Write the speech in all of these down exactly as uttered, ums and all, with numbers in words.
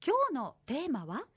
今日のテーマは、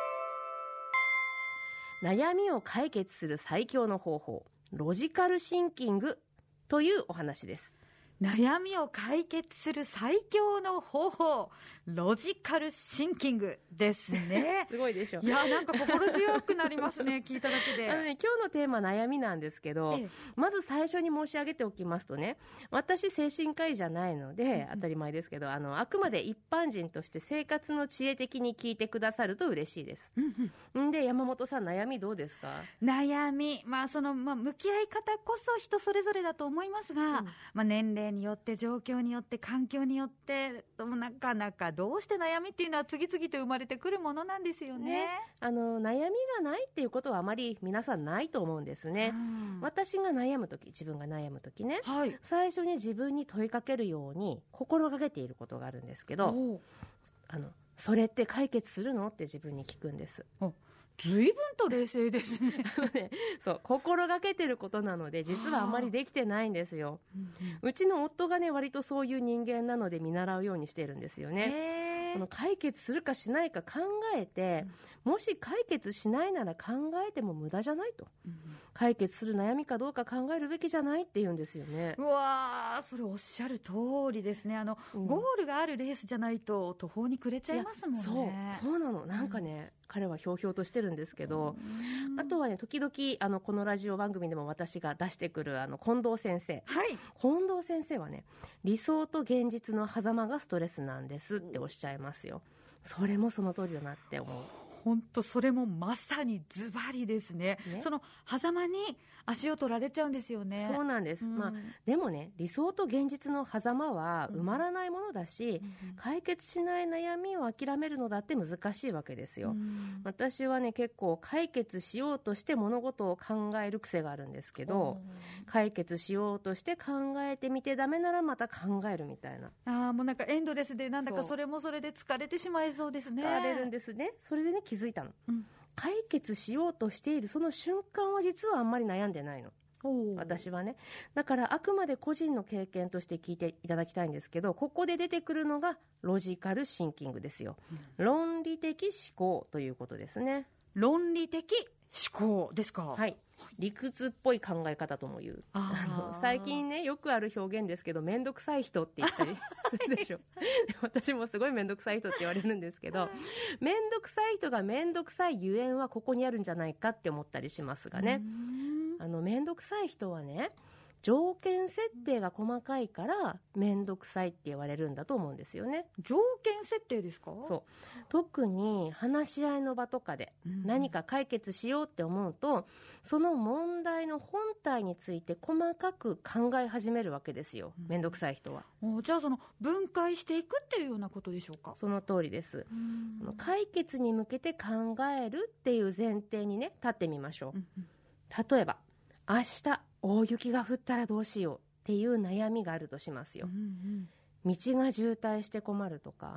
悩みを解決する最強の方法、ロジカルシンキングというお話です。 悩みを解決する最強の方法、ロジカルシンキングですね。 すごいでしょ。 いや、なんか心強くなりますね、聞いただけで。 あのね、今日のテーマ悩みなんですけど、 ええ、 まず最初に申し上げておきますとね、私精神科医じゃないので、 うんうん、 当たり前ですけど、あの、あくまで一般人として生活の知恵的に聞いてくださると嬉しいです。 うんうん、 んで、山本さん、悩みどうですか？ 悩み、まあその、まあ、向き合い方こそ人それぞれだと思いますが、うん、まあ、年齢によって状況によって環境によってなかなかどうして悩みっていうのは次々と生まれてくるものなんですよね。 ね、あの悩みがないっていうことはあまり皆さんないと思うんですね、うん、私が悩むとき、自分が悩むときね、はい、最初に自分に問いかけるように心がけていることがあるんですけど、あのそれって解決するのって自分に聞くんです。 随分と冷静ですね。 ね、そう、心がけてることなので実はあまりできてないんですよ、うんうん、うちの夫がね割とそういう人間なので見習うようにしてるんですよね。この解決するかしないか考えて、うん、もし解決しないなら考えても無駄じゃないと、うん、解決する悩みかどうか考えるべきじゃないって言うんですよね。 うわー、それおっしゃる通りですね。あの、うん、ゴールがあるレースじゃないと途方に暮れちゃいますもんね。 そう、そうなの。なんかね、うん、彼はひょうひょうとしてるんですけど、あとはね、時々あのこのラジオ番組でも私が出してくるあの近藤先生、 はい、 近藤先生はね、理想と現実の狭間がストレスなんですっておっしゃいますよ。それもその通りだなって思う。 本当それもまさにズバリです ね, ねその狭間に足を取られちゃうんですよね。 そうなんです、うん、まあ、でもね、理想と現実の狭間は埋まらないものだし、うん、解決しない悩みを諦めるのだって難しいわけですよ、うん、私はね結構解決しようとして物事を考える癖があるんですけど、解決しようとして考えてみてダメならまた考えるみたいな、 あーもうなんかエンドレスでなんだかそれもそれで疲れてしまいそうですね。 疲れるんですね。それでね気づいたの、うん、解決しようとしているその瞬間は実はあんまり悩んでないの、私はね。だからあくまで個人の経験として聞いていただきたいんですけど、ここで出てくるのがロジカルシンキングですよ、うん、論理的思考ということですね。 論理的思考ですか？ はい、理屈っぽい考え方とも言う。あの最近ねよくある表現ですけど、めんどくさい人って言ったりするでしょ私もすごいめんどくさい人って言われるんですけど、めんどくさい人がめんどくさいゆえんはここにあるんじゃないかって思ったりしますがね、あのめんどくさい人はね条件設定が細かいからめんどくさいって言われるんだと思うんですよね。 条件設定ですか？ そう、特に話し合いの場とかで何か解決しようって思うと、うん、その問題の本体について細かく考え始めるわけですよ、うん、めんどくさい人は。 じゃあその分解していくっていうようなことでしょうか？ その通りです、うん、解決に向けて考えるっていう前提にね立ってみましょう、うん、例えば明日大雪が降ったらどうしようっていう悩みがあるとしますよ、うんうん、道が渋滞して困るとか、うん、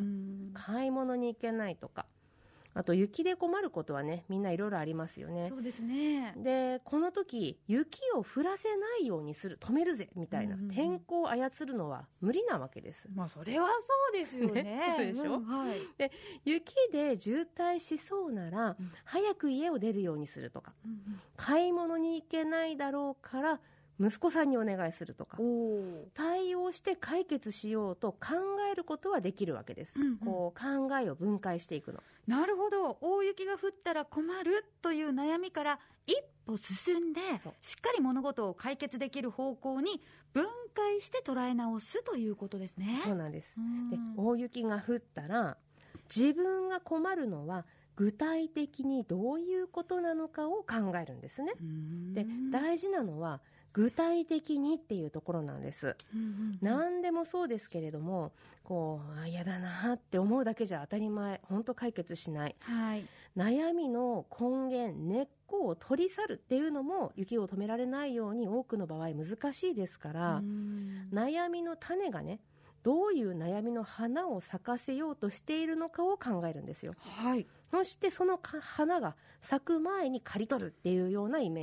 買い物に行けないとか、あと雪で困ることはねみんないろいろありますよね。 そうですね。 でこの時雪を降らせないようにする、止めるぜみたいな、うんうん、天候を操るのは無理なわけです。 まあそれはそうですよね。 ね、そうでしょ、うん、 はい、 で雪で渋滞しそうなら、うん、早く家を出るようにするとか、うんうん、買い物に行けないだろうから息子さんにお願いするとか、対応して解決しようと考えることはできるわけです、うんうん、こう考えを分解していくの。 なるほど。大雪が降ったら困るという悩みから一歩進んでしっかり物事を解決できる方向に分解して捉え直すということですね。 そうなんです。で大雪が降ったら自分が困るのは具体的にどういうことなのかを考えるんですね。で大事なのは具体的にっていうところなんです、うんうんうん、何でもそうですけれども、こうあ嫌だなって思うだけじゃ当たり前本当解決しない、はい、悩みの根源根っこを取り去るっていうのも雪を止められないように多くの場合難しいですから、悩みの種がねどういう悩みの花を咲かせようとしているのかを考えるんですよ、はい、そしてその花が咲く前に刈り取るっていうようなイメージ。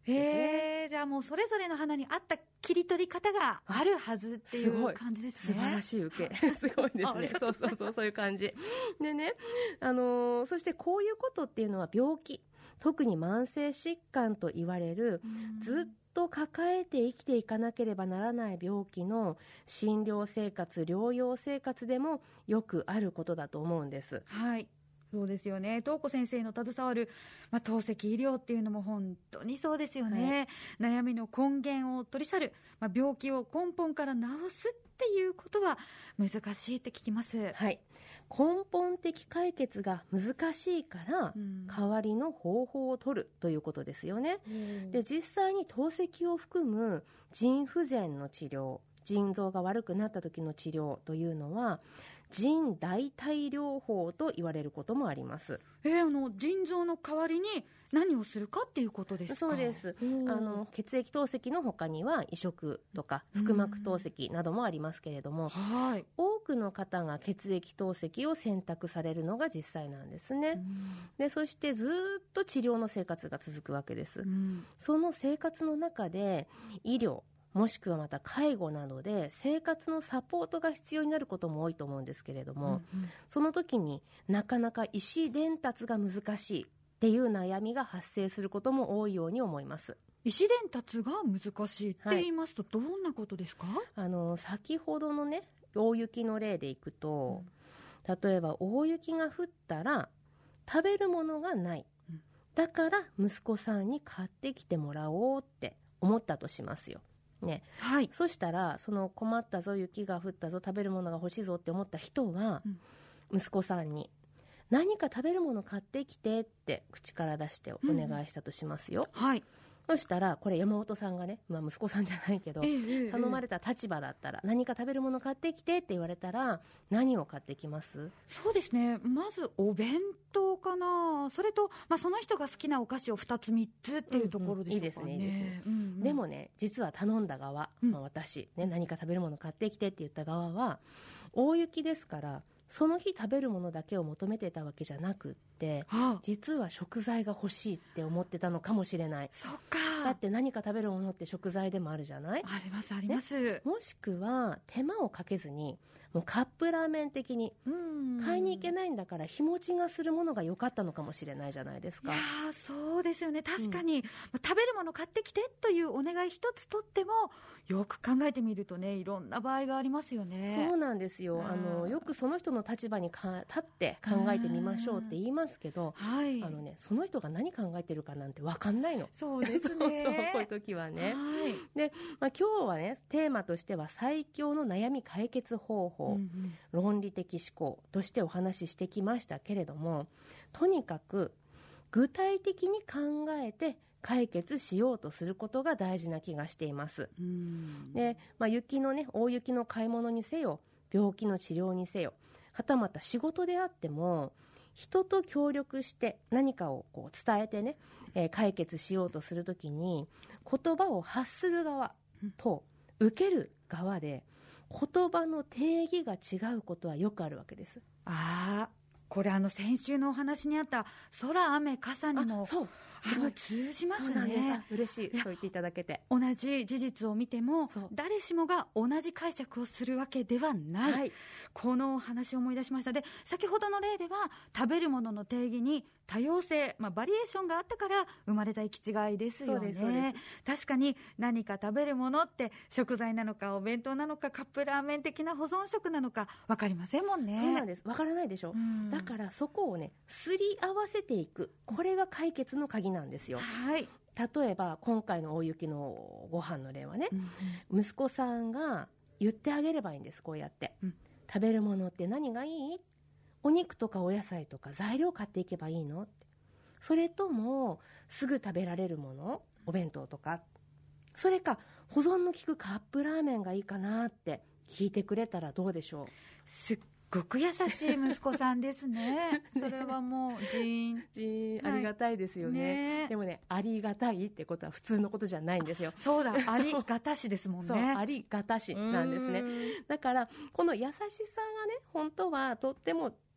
ですね。 へー、じゃあもうそれぞれの花に合った切り取り方があるはずっていう感じですね。 素晴らしい受けすごいですねそうそうそうそういう感じでね、あのー、そしてこういうことっていうのは病気、特に慢性疾患と言われる、ずっと抱えて生きていかなければならない病気の診療生活、療養生活でもよくあることだと思うんです。 はい、そうですよね。東子先生の携わる、まあ、透析医療っていうのも本当にそうですよね、はい、悩みの根源を取り去る、まあ、病気を根本から治すっていうことは難しいって聞きます。 はい、根本的解決が難しいから、うん、代わりの方法を取るということですよね、うん、で実際に透析を含む腎不全の治療、腎臓が悪くなった時の治療というのは腎代替療法と言われることもあります。 えー、あの腎臓の代わりに何をするかっていうことですか？ そうです。あの血液透析の他には移植とか腹膜透析などもありますけれども、はい、多くの方が血液透析を選択されるのが実際なんですね。でそしてずっと治療の生活が続くわけです。その生活の中で医療もしくはまた介護などで生活のサポートが必要になることも多いと思うんですけれども、うんうん、その時になかなか意思伝達が難しいっていう悩みが発生することも多いように思います。 意思伝達が難しいって言いますとどんなことですか？はい、 あの先ほどのね大雪の例でいくと、うん、例えば大雪が降ったら食べるものがない、うん、だから息子さんに買ってきてもらおうって思ったとしますよね。はい、そしたらその困ったぞ、雪が降ったぞ、食べるものが欲しいぞって思った人は、うん、息子さんに何か食べるもの買ってきてって口から出してお願いしたとしますよ、うんはい、そしたらこれ山本さんがね、まあ、息子さんじゃないけど、えー、頼まれた立場だったら、えー、何か食べるもの買ってきてって言われたら何を買ってきます？ そうですね、まずお弁当かな、それと、まあ、その人が好きなお菓子をふたつみっつっていうところでしょうかね、うんうん、いいですね、いいですね、うんうん、でもね実は頼んだ側、まあ、私、ね、何か食べるもの買ってきてって言った側は大雪ですからその日食べるものだけを求めてたわけじゃなくって、はあ、実は食材が欲しいって思ってたのかもしれない。 そっか。 だって何か食べるものって食材でもあるじゃない？ ありますあります、ね、 もしくは手間をかけずにもうカップラーメン的に買いに行けないんだから日持ちがするものが良かったのかもしれないじゃないですか。 いやそうですよね、確かに、うん、食べるもの買ってきてというお願い一つとってもよく考えてみるとねいろんな場合がありますよね。 そうなんですよ。あのよくその人の立場にか立って考えてみましょうって言いますけど、はい、あのね、その人が何考えてるかなんて分かんないの。 そうですねそうそうこういう時はね、はいでまあ、今日はねテーマとしては最強の悩み解決方法、うんうん、論理的思考としてお話ししてきましたけれども、とにかく具体的に考えて解決しようとすることが大事な気がしています。うんで、まあ、雪のね大雪の買い物にせよ病気の治療にせよはたまた仕事であっても人と協力して何かをこう伝えてね、えー、解決しようとするときに言葉を発する側と受ける側で言葉の定義が違うことはよくあるわけです。 ああ、これあの先週のお話にあった空雨傘にもそうすごい通じますね。 嬉しい、そう言っていただけて。 同じ事実を見ても誰しもが同じ解釈をするわけではない、はい、このお話を思い出しました。で先ほどの例では食べるものの定義に多様性、まあ、バリエーションがあったから生まれた行き違いですよね。そうですそうです。確かに何か食べるものって食材なのかお弁当なのかカップラーメン的な保存食なのか分かりませんもんね。 そうなんです、分からないでしょ、うん、だからそこをねすり合わせていく、これが解決の鍵なんですよ。 はい、 例えば今回の大雪のご飯の例はね、うん、息子さんが言ってあげればいいんです。こうやって、うん、食べるものって何がいい？お肉とかお野菜とか材料買っていけばいいの？って、それともすぐ食べられるもの、お弁当とか、それか保存の効くカップラーメンがいいかなって聞いてくれたらどうでしょう。 すっごく優しい息子さんですね。それはもうジーンジーン、ありがたいですよね、ね。でもね、ありがたいってことは普通のことじゃないんですよ。 そうだ、ありがたしですもんね。 そう、ありがたしなんですね。だからこの優しさがね本当はとっても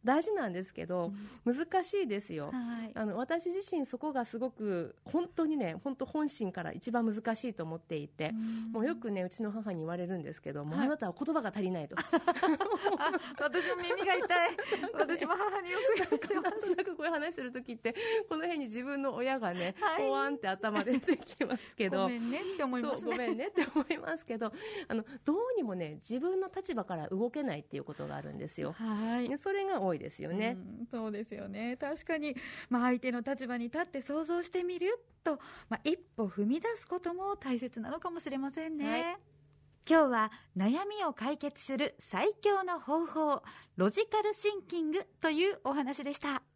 大事なんですけど、うん、難しいですよ、はい、あの私自身そこがすごく本当にね、本当本心から一番難しいと思っていて、うん、もうよくねうちの母に言われるんですけど、もうあなたは言葉が足りないと、 はい、私も耳が痛い私も母によく言ってます。 なんとなくこういう話するときってこの辺に自分の親がね、はい、おわんって頭出てきますけど、 ごめんねって思いますね。 そうごめんねって思いますけど、あのどうにもね自分の立場から動けないっていうことがあるんですよ。はい、それが多いですよね。 うん、そうですよね。確かに、まあ、相手の立場に立って想像してみると、まあ、一歩踏み出すことも大切なのかもしれませんね。はい、今日は悩みを解決する最強の方法、ロジカルシンキングというお話でした。